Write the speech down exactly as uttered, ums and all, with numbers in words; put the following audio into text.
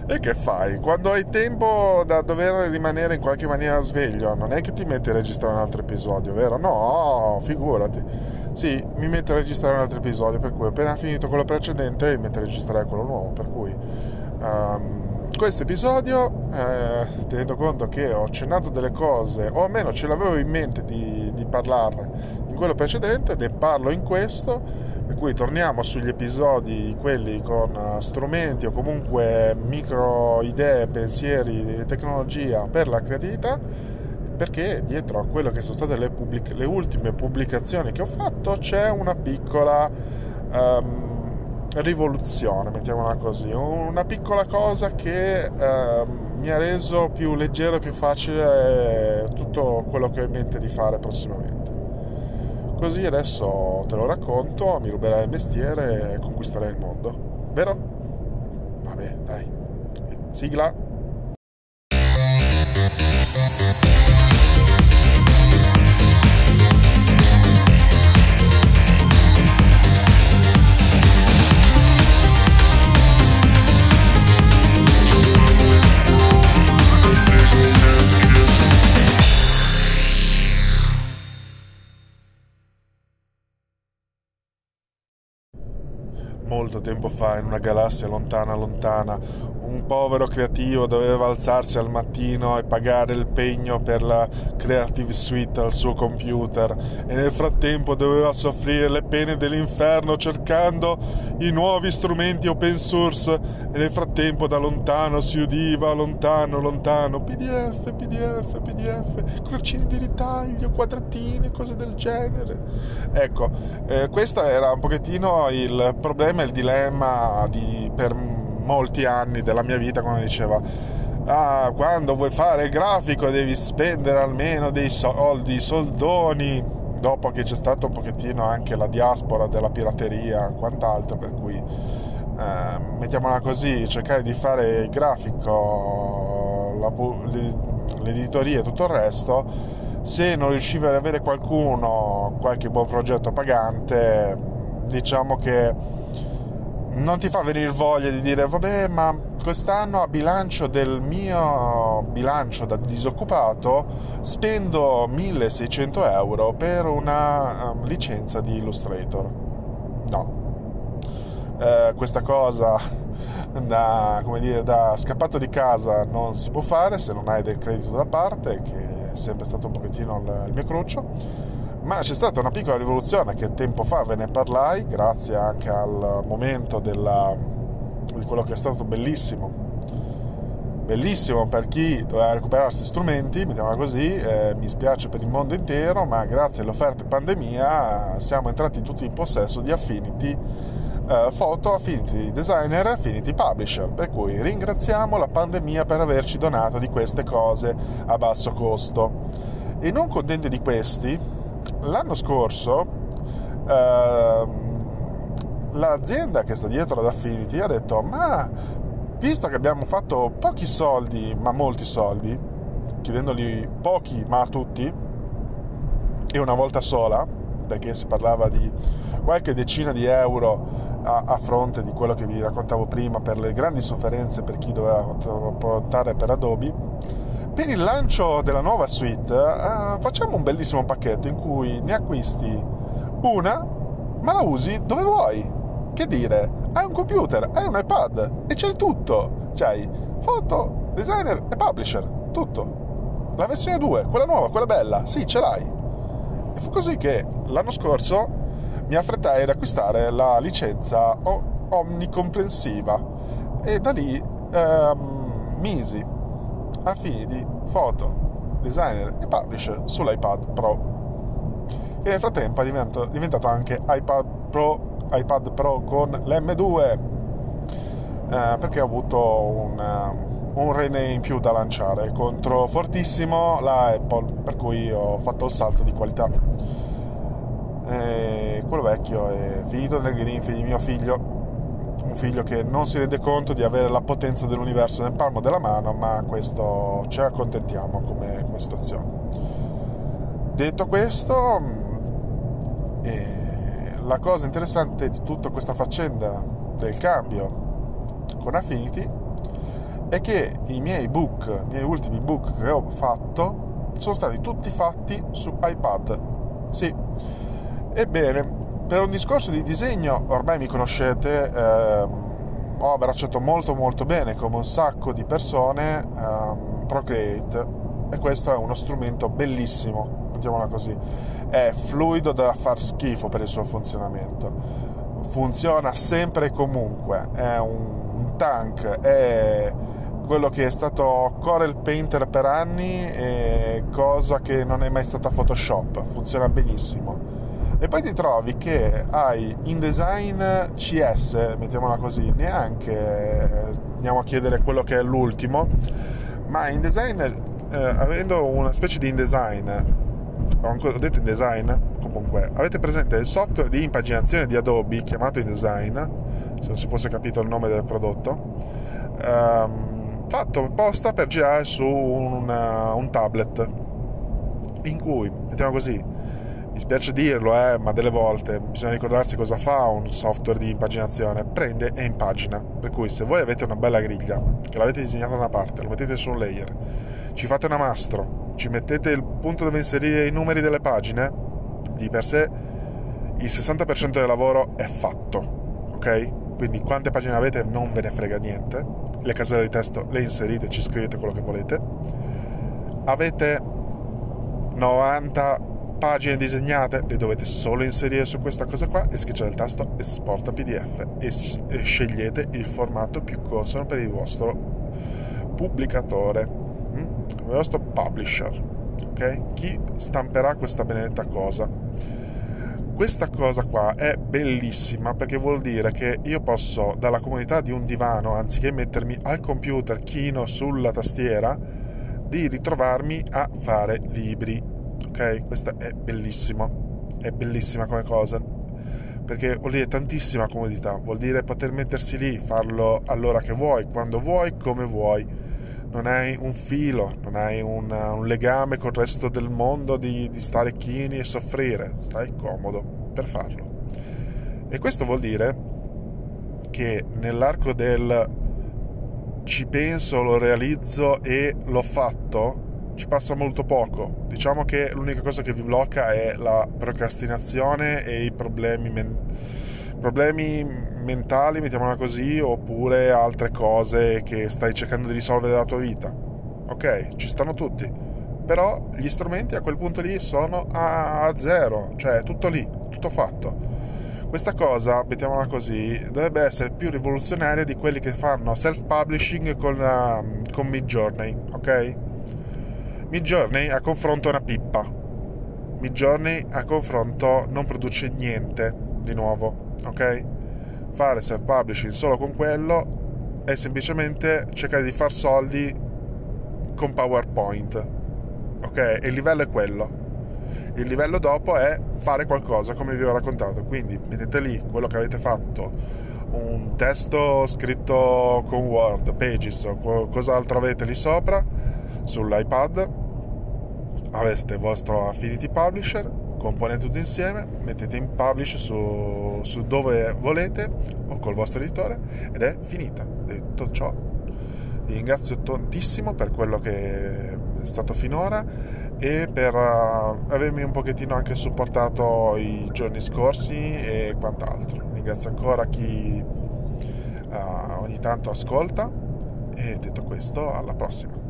E che fai? Quando hai tempo da dover rimanere in qualche maniera sveglio, non è che ti metti a registrare un altro episodio, vero? No, figurati. Sì, mi metto a registrare un altro episodio, per cui appena finito quello precedente mi metto a registrare quello nuovo, per cui um, questo episodio, eh, tenendo conto che ho accennato delle cose, o almeno ce l'avevo in mente di, di parlarne in quello precedente, ne parlo in questo. Per cui torniamo sugli episodi, quelli con strumenti o comunque micro idee, pensieri, tecnologia per la creatività, perché dietro a quello che sono state le, pubblic- le ultime pubblicazioni che ho fatto c'è una piccola um, rivoluzione, mettiamola così, una piccola cosa che um, mi ha reso più leggero e più facile tutto quello che ho in mente di fare prossimamente. Così adesso te lo racconto, mi ruberai il mestiere e conquisterai il mondo, vero? Vabbè, dai. Sigla. Molto tempo fa, in una galassia lontana lontana, un povero creativo doveva alzarsi al mattino e pagare il pegno per la Creative Suite al suo computer, e nel frattempo doveva soffrire le pene dell'inferno cercando i nuovi strumenti open source, e nel frattempo da lontano si udiva, lontano lontano, P D F, P D F, P D F, crocini di ritaglio, quadratini, cose del genere. Ecco, eh, questo era un pochettino il problema, il dilemma di, per molti anni della mia vita, quando diceva: ah, quando vuoi fare il grafico devi spendere almeno dei soldi, soldoni, dopo che c'è stato un pochettino anche la diaspora della pirateria e quant'altro, per cui eh, mettiamola così, cercare di fare il grafico, la, l'editoria e tutto il resto, se non riuscivi ad avere qualcuno, qualche buon progetto pagante, diciamo che non ti fa venire voglia di dire: vabbè, ma quest'anno a bilancio del mio bilancio da disoccupato spendo milleseicento euro per una um, licenza di Illustrator. No. Eh, questa cosa da, come dire, da scappato di casa non si può fare se non hai del credito da parte, che è sempre stato un pochettino il, il mio cruccio. Ma c'è stata una piccola rivoluzione che tempo fa ve ne parlai, grazie anche al momento della, di quello che è stato bellissimo, bellissimo per chi doveva recuperarsi strumenti, mettiamola così, eh, mi spiace per il mondo intero, ma grazie alle offerte pandemia siamo entrati tutti in possesso di Affinity eh, Photo, Affinity Designer e Affinity Publisher, per cui ringraziamo la pandemia per averci donato di queste cose a basso costo. E non contenti di questi, l'anno scorso eh, l'azienda che sta dietro ad Affinity ha detto: ma visto che abbiamo fatto pochi soldi, ma molti soldi, chiedendoli pochi ma a tutti, e una volta sola, perché si parlava di qualche decina di euro a, a fronte di quello che vi raccontavo prima per le grandi sofferenze per chi doveva portare per Adobe, per il lancio della nuova suite eh, facciamo un bellissimo pacchetto in cui ne acquisti una, ma la usi dove vuoi. Che dire, hai un computer, hai un iPad e c'è tutto. C'hai foto, designer e publisher, tutto. La versione due, quella nuova, quella bella, sì, ce l'hai. E fu così che l'anno scorso mi affrettai ad acquistare la licenza omnicomprensiva, e da lì ehm, misi Affinity Photo, Designer e Publisher sull'iPad Pro, e nel frattempo è diventato, diventato anche iPad Pro, iPad Pro con l'emme due, eh, perché ho avuto un, un rene in più da lanciare contro fortissimo la Apple, per cui ho fatto il salto di qualità. E quello vecchio è finito nel grinfie di mio figlio, un figlio che non si rende conto di avere la potenza dell'universo nel palmo della mano, ma questo ci accontentiamo come, come situazione. Detto questo, eh, la cosa interessante di tutta questa faccenda del cambio con Affinity è che i miei book, i miei ultimi book che ho fatto sono stati tutti fatti su iPad. Sì. Ebbene, per un discorso di disegno ormai mi conoscete, ehm, ho abbracciato molto molto bene, come un sacco di persone, ehm, Procreate, e questo è uno strumento bellissimo, mettiamola così. È fluido da far schifo per il suo funzionamento. Funziona sempre e comunque, è un, un tank, è quello che è stato Corel Painter per anni, e cosa che non è mai stata Photoshop, funziona benissimo. E poi ti trovi che hai InDesign C S, mettiamola così, neanche andiamo a chiedere quello che è l'ultimo, ma InDesign, eh, avendo una specie di InDesign, ho, ancora, ho detto InDesign, comunque, avete presente il software di impaginazione di Adobe chiamato InDesign, se non si fosse capito il nome del prodotto, ehm, fatto apposta per girare su una, un tablet, in cui, mettiamo così, mi spiace dirlo, eh, ma delle volte bisogna ricordarsi cosa fa un software di impaginazione. Prende e impagina. Per cui se voi avete una bella griglia, che l'avete disegnata da una parte, lo mettete su un layer, ci fate un nastro, ci mettete il punto dove inserire i numeri delle pagine, di per sé il sessanta per cento del lavoro è fatto, ok? Quindi quante pagine avete non ve ne frega niente. Le caselle di testo le inserite, ci scrivete quello che volete. Avete novanta pagine disegnate, le dovete solo inserire su questa cosa qua e schiacciare il tasto esporta P D F e, e scegliete il formato più consono per il vostro pubblicatore, mm? il vostro publisher, ok? Chi stamperà questa benedetta cosa. Questa cosa qua è bellissima perché vuol dire che io posso, dalla comodità di un divano, anziché mettermi al computer chino sulla tastiera, di ritrovarmi a fare libri. Ok, questa è bellissima, è bellissima come cosa, perché vuol dire tantissima comodità, vuol dire poter mettersi lì, farlo all'ora che vuoi, quando vuoi, come vuoi. Non hai un filo, non hai un, un legame col resto del mondo di, di stare chini e soffrire, stai comodo per farlo. E questo vuol dire che nell'arco del ci penso, lo realizzo e l'ho fatto, ci passa molto poco. Diciamo che l'unica cosa che vi blocca è la procrastinazione e i problemi, men- problemi mentali, mettiamola così, oppure altre cose che stai cercando di risolvere della tua vita. Ok, ci stanno tutti, però gli strumenti a quel punto lì sono a zero, cioè è tutto lì, tutto fatto. Questa cosa, mettiamola così, dovrebbe essere più rivoluzionaria di quelli che fanno self-publishing con, uh, con Midjourney, ok? Midjourney a confronto è una pippa. Midjourney a confronto non produce niente di nuovo, ok? Fare self-publishing solo con quello è semplicemente cercare di far soldi con PowerPoint, ok? E il livello è quello. Il livello dopo è fare qualcosa, come vi ho raccontato. Quindi mettete lì quello che avete fatto, un testo scritto con Word, Pages o cos'altro avete lì sopra sull'iPad, avete il vostro Affinity Publisher, componete tutto insieme, mettete in publish su, su dove volete o col vostro editore ed è finita. Detto ciò, vi ringrazio tantissimo per quello che è stato finora e per uh, avermi un pochettino anche supportato i giorni scorsi e quant'altro. Ringrazio ancora chi uh, ogni tanto ascolta e detto questo, alla prossima.